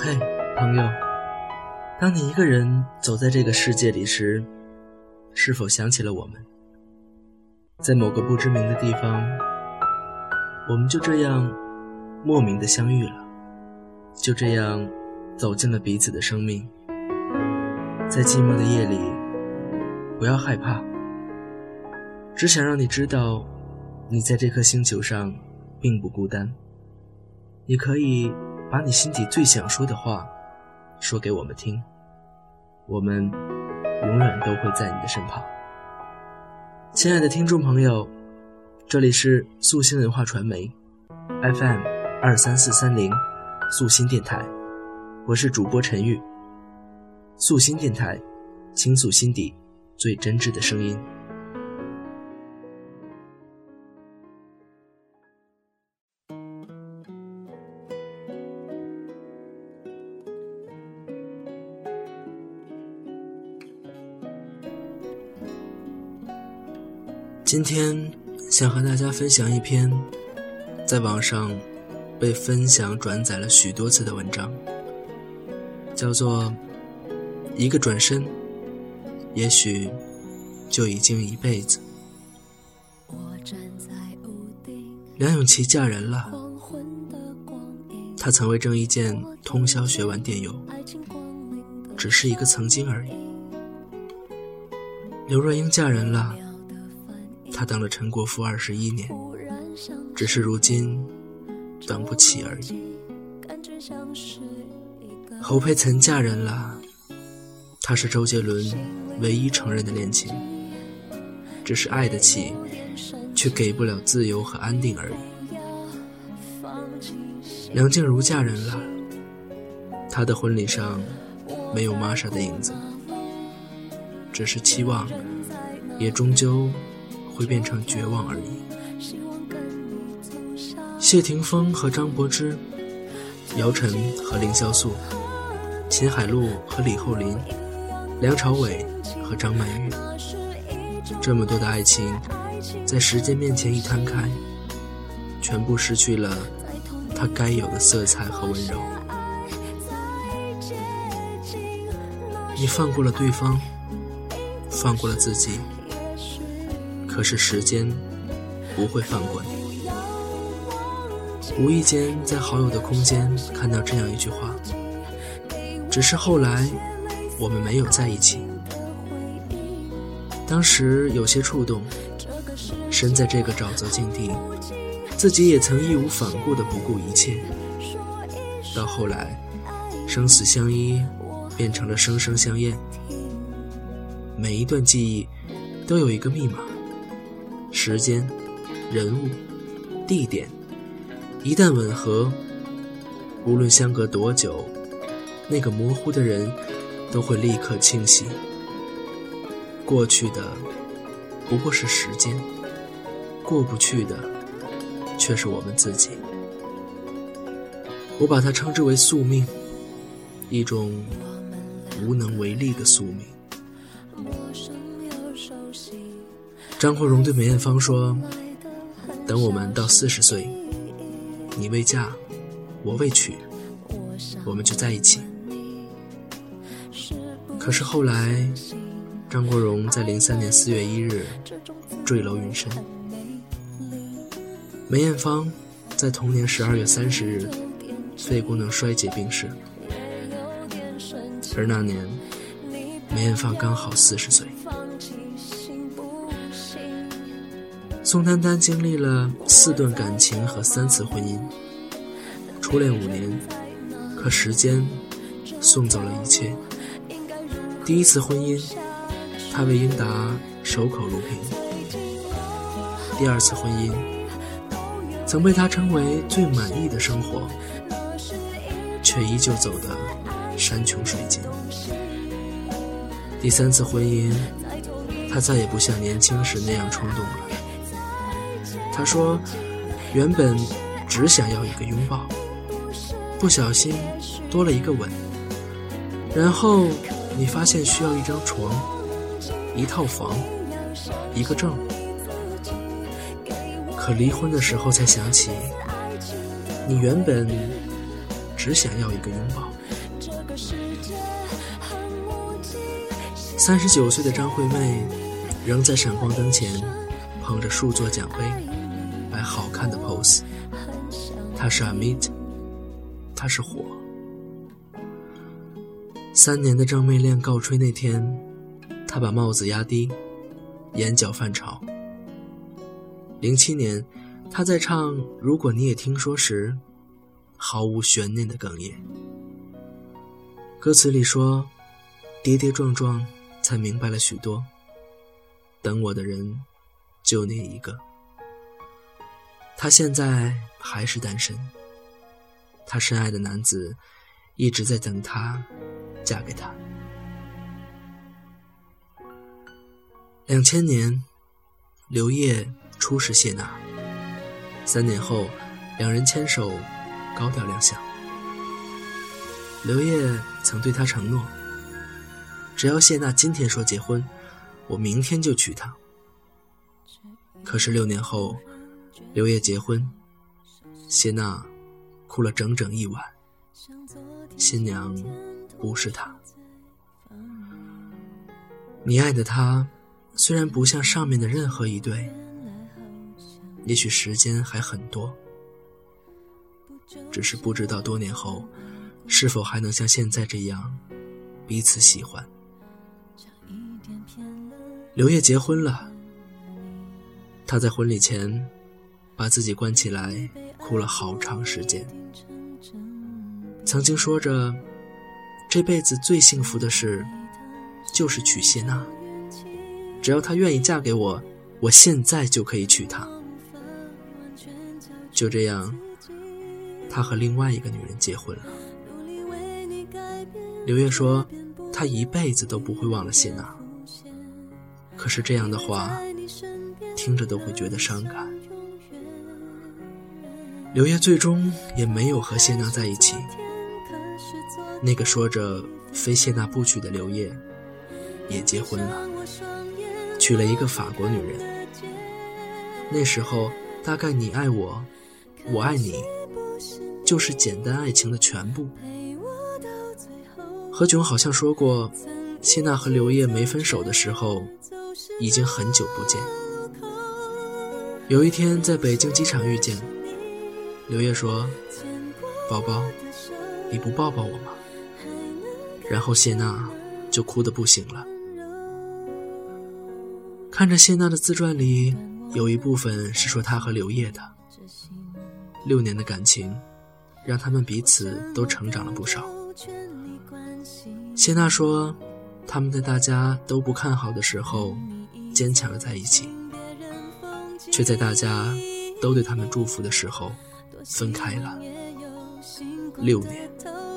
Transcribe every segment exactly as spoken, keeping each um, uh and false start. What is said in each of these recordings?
嘿，朋友，当你一个人走在这个世界里时，是否想起了我们？在某个不知名的地方，我们就这样莫名的相遇了，就这样走进了彼此的生命。在寂寞的夜里，不要害怕，只想让你知道，你在这颗星球上并不孤单。你可以把你心底最想说的话说给我们听，我们永远都会在你的身旁。亲爱的听众朋友，这里是素心文化传媒 F M 二三四三零素心电台，我是主播陈玉。素心电台，倾诉心底最真挚的声音。今天想和大家分享一篇在网上被分享转载了许多次的文章，叫做一个转身，也许就已经一辈子。梁咏琪嫁人了，她曾为郑伊健通宵学完电邮，只是一个曾经而已。刘若英嫁人了，他当了陈国父二十一年，只是如今等不起而已。侯佩岑嫁人了，她是周杰伦唯一承认的恋情，只是爱得起，却给不了自由和安定而已。梁静茹嫁人了，她的婚礼上没有玛莎的影子，只是期望，也终究会变成绝望而已。谢霆锋和张柏芝，姚晨和凌潇肃，秦海璐和李厚霖，梁朝伟和张曼玉，这么多的爱情在时间面前一摊开，全部失去了它该有的色彩和温柔。你放过了对方，放过了自己，可是时间不会放过你。无意间在好友的空间看到这样一句话，只是后来我们没有在一起。当时有些触动，身在这个沼泽境地，自己也曾义无反顾地不顾一切，到后来生死相依变成了生生相厌。每一段记忆都有一个密码，时间、人物、地点，一旦吻合，无论相隔多久，那个模糊的人都会立刻清晰。过去的不过是时间，过不去的却是我们自己。我把它称之为宿命，一种无能为力的宿命。张国荣对梅艳芳说，等我们到四十岁，你未嫁，我未娶，我们就在一起。可是后来张国荣在零三年四月一日坠楼殒身，梅艳芳在同年十二月三十日肺功能衰竭病逝，而那年梅艳芳刚好四十岁。宋丹丹经历了四段感情和三次婚姻，初恋五年，可时间送走了一切。第一次婚姻，她为英达守口如瓶；第二次婚姻，曾被她称为最满意的生活，却依旧走得山穷水尽。第三次婚姻，她再也不像年轻时那样冲动了。他说，原本只想要一个拥抱，不小心多了一个吻，然后你发现需要一张床，一套房，一个证。可离婚的时候才想起，你原本只想要一个拥抱， 三十九岁的张惠妹仍在闪光灯前捧着数座奖杯摆好看的 pose。 她是 Amit， 她是火。三年的张妹恋告吹那天，她把帽子压低，眼角泛潮。零七年，她在唱《如果你也听说》时，毫无悬念的哽咽。歌词里说，跌跌撞撞才明白了许多，等我的人就你一个。她现在还是单身，她深爱的男子一直在等她嫁给他。两千年，刘烨初识谢娜，三年后两人牵手高调亮相。刘烨曾对她承诺，只要谢娜今天说结婚，我明天就娶她。可是六年后，刘烨结婚，谢娜哭了整整一晚，新娘不是他。你爱的他虽然不像上面的任何一对，也许时间还很多，只是不知道多年后是否还能像现在这样彼此喜欢。刘烨结婚了，他在婚礼前把自己关起来哭了好长时间，曾经说着这辈子最幸福的事就是娶谢娜，只要她愿意嫁给我，我现在就可以娶她。就这样，他和另外一个女人结婚了。刘烨说他一辈子都不会忘了谢娜，可是这样的话听着都会觉得伤感。刘烨最终也没有和谢娜在一起，那个说着非谢娜不娶的刘烨也结婚了，娶了一个法国女人。那时候大概你爱我，我爱你，就是简单爱情的全部。何炅好像说过，谢娜和刘烨没分手的时候已经很久不见。有一天在北京机场遇见，刘烨说，宝宝，你不抱抱我吗？然后谢娜就哭得不行了。看着谢娜的自传里有一部分是说她和刘烨的，六年的感情让他们彼此都成长了不少。谢娜说，他们在大家都不看好的时候坚强地在一起，却在大家都对他们祝福的时候分开了。六年。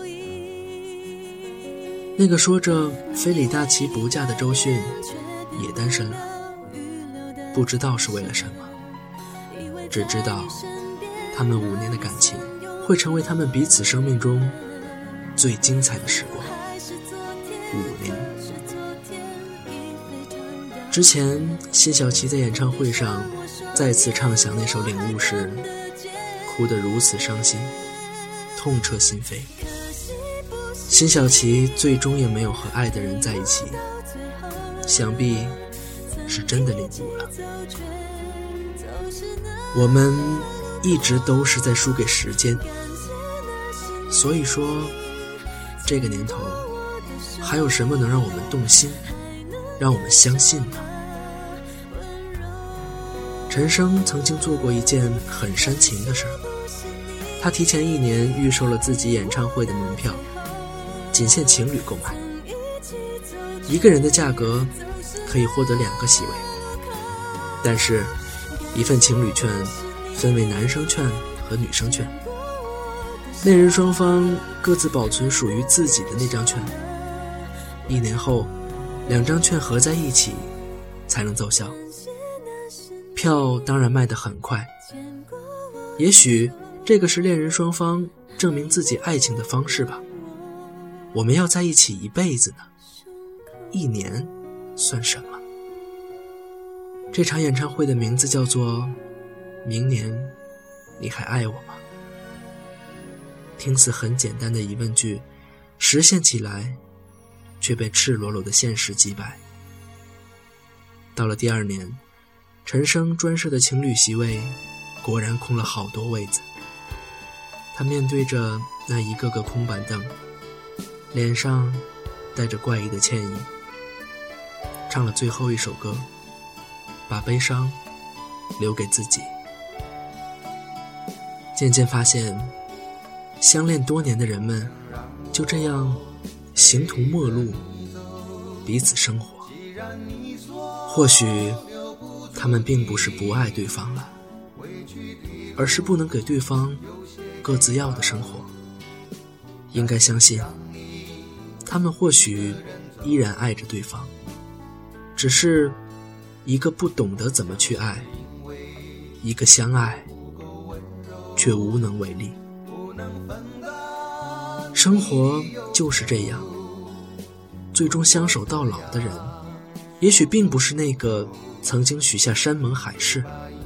那个说着非李大齐不嫁的周迅也单身了，不知道是为了什么，只知道他们五年的感情会成为他们彼此生命中最精彩的时光。五年。之前辛晓琪在演唱会上再次唱响那首《领悟》时，哭得如此伤心，痛彻心扉。辛晓琪最终也没有和爱的人在一起，想必是真的领悟了。我们一直都是在输给时间，所以说这个年头还有什么能让我们动心，让我们相信呢？陈升曾经做过一件很煽情的事儿，他提前一年预售了自己演唱会的门票，仅限情侣购买，一个人的价格可以获得两个席位，但是一份情侣券分为男生券和女生券，恋人双方各自保存属于自己的那张券，一年后两张券合在一起才能奏效。票当然卖得很快，也许这个是恋人双方证明自己爱情的方式吧。我们要在一起一辈子呢，一年算什么？这场演唱会的名字叫做明年你还爱我吗？听似很简单的疑问句，实现起来却被赤裸裸的现实击败。到了第二年，陈升专设的情侣席位果然空了好多位子。他面对着那一个个空板凳，脸上带着怪异的歉意，唱了最后一首歌，把悲伤留给自己。渐渐发现，相恋多年的人们就这样形同陌路，彼此生活。或许他们并不是不爱对方了，而是不能给对方各自要的生活。应该相信，他们或许依然爱着对方，只是一个不懂得怎么去爱，一个相爱却无能为力。生活就是这样，最终相守到老的人，也许并不是那个曾经许下山盟海誓、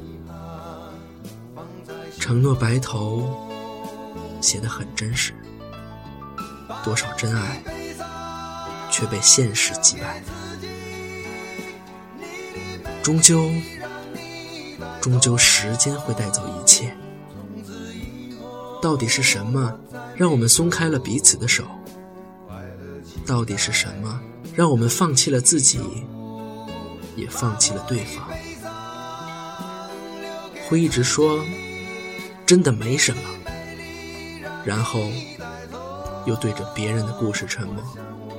承诺白头写得很真实，多少真爱却被现实击败。终究终究时间会带走一切。到底是什么让我们松开了彼此的手？到底是什么让我们放弃了自己，也放弃了对方？会一直说真的没什么，然后又对着别人的故事沉默。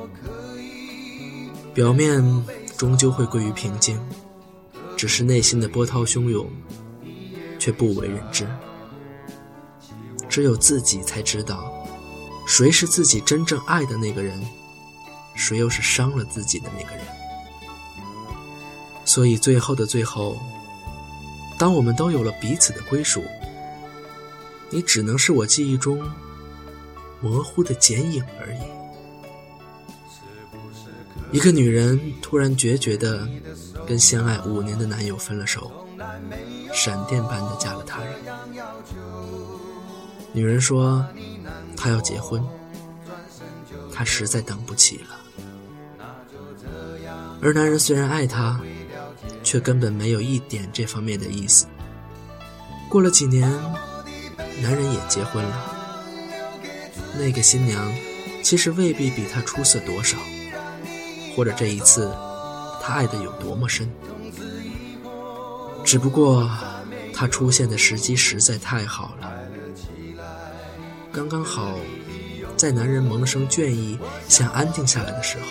表面终究会归于平静，只是内心的波涛汹涌却不为人知。只有自己才知道，谁是自己真正爱的那个人，谁又是伤了自己的那个人。所以最后的最后，当我们都有了彼此的归属，你只能是我记忆中模糊的剪影而已。一个女人突然决绝地跟相爱五年的男友分了手，闪电般地嫁了他人。女人说她要结婚，她实在等不起了。而男人虽然爱她，却根本没有一点这方面的意思。过了几年，男人也结婚了。那个新娘其实未必比他出色多少，或者这一次他爱得有多么深，只不过他出现的时机实在太好了，刚刚好在男人萌生倦意想安定下来的时候。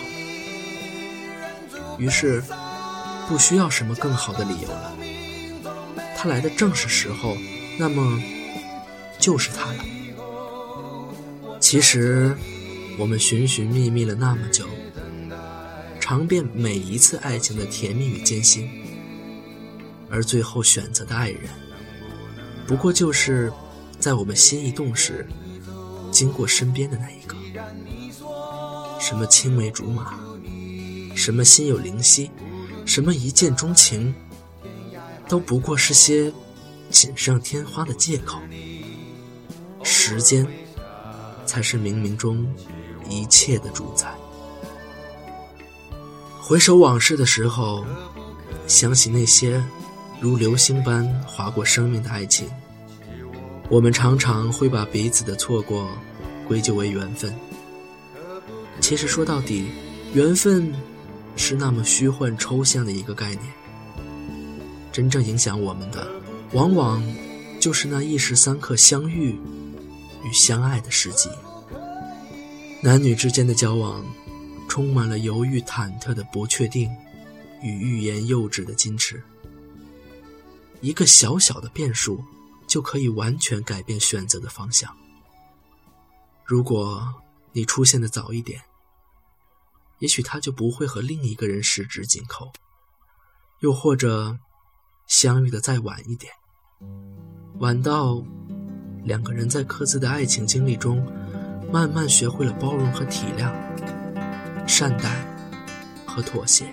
于是不需要什么更好的理由了，他来的正是时候，那么就是他了。其实我们寻寻觅觅了那么久，尝遍每一次爱情的甜蜜与艰辛，而最后选择的爱人，不过就是在我们心一动时经过身边的那一个。什么青梅竹马，什么心有灵犀，什么一见钟情，都不过是些锦上添花的借口。时间才是冥冥中一切的主宰。回首往事的时候，想起那些如流星般划过生命的爱情，我们常常会把彼此的错过归咎为缘分。其实说到底，缘分是那么虚幻抽象的一个概念，真正影响我们的往往就是那一时三刻相遇与相爱的时机。男女之间的交往充满了犹豫忐忑的不确定与欲言又止的矜持，一个小小的变数就可以完全改变选择的方向。如果你出现的早一点，也许他就不会和另一个人十指紧扣，又或者相遇的再晚一点，晚到两个人在各自的爱情经历中慢慢学会了包容和体谅，善待和妥协。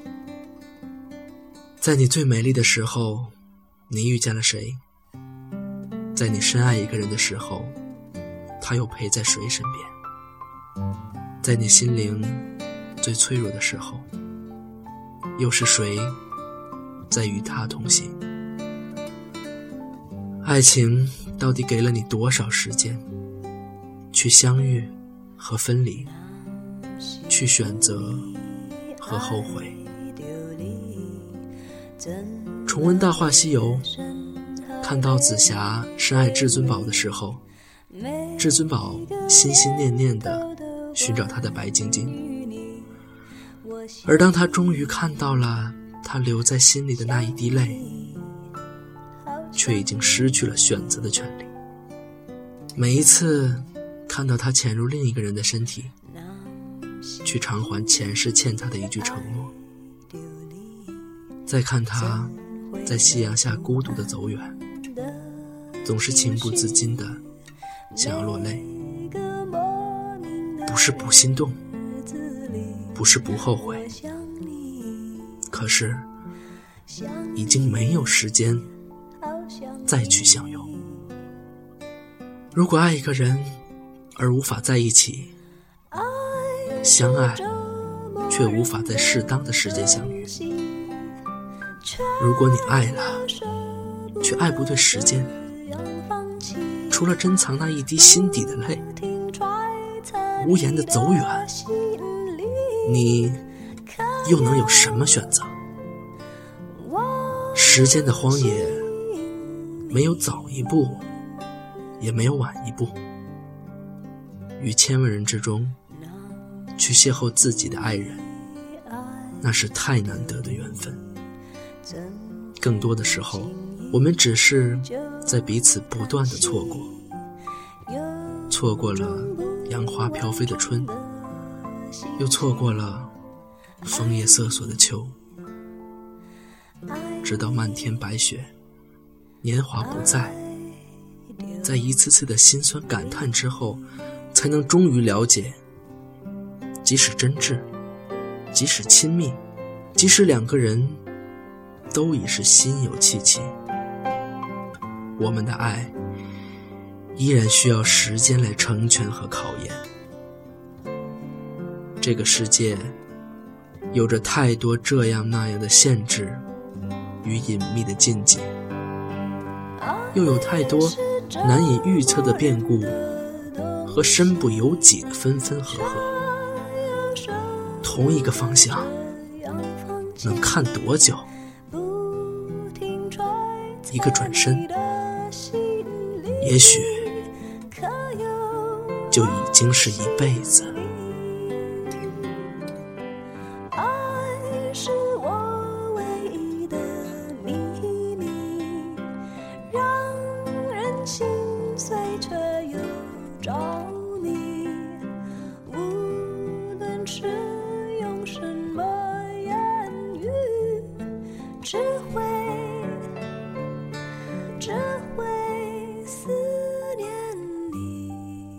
在你最美丽的时候，你遇见了谁？在你深爱一个人的时候，他又陪在谁身边？在你心灵最脆弱的时候，又是谁在与他同行？爱情到底给了你多少时间，去相遇和分离，去选择和后悔？重温《大话西游》，看到紫霞深爱至尊宝的时候，至尊宝心心念念地寻找他的白晶晶，而当他终于看到了他留在心里的那一滴泪，却已经失去了选择的权利。每一次看到他潜入另一个人的身体，去偿还前世欠他的一句承诺，再看他在夕阳下孤独地走远，总是情不自禁地想要落泪。不是不心动，不是不后悔，可是已经没有时间再去相拥。如果爱一个人而无法在一起，相爱却无法在适当的时间相遇，如果你爱了却爱不对时间，除了珍藏那一滴心底的泪，无言的走远，你又能有什么选择？时间的荒野，没有早一步，也没有晚一步。于千万人之中，去邂逅自己的爱人，那是太难得的缘分。更多的时候，我们只是在彼此不断的错过，错过了杨花飘飞的春，又错过了枫叶瑟索的秋，直到漫天白雪，年华不在，在一次次的心酸感叹之后，才能终于了解，即使真挚，即使亲密，即使两个人都已是心有戚戚，我们的爱依然需要时间来成全和考验。这个世界有着太多这样那样的限制与隐秘的禁忌，又有太多难以预测的变故和身不由己的分分合合。同一个方向能看多久？一个转身，也许就已经是一辈子。 爱是我唯一的秘密，让人心碎却又着迷，无论是用什么言语，只会只会思念你。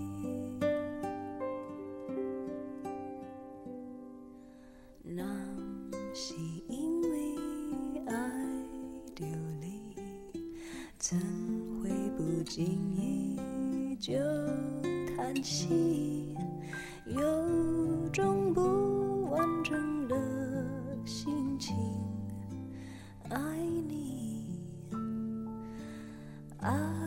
那是因为爱流离，怎会不经意就叹息，有种不完整的心情，爱你爱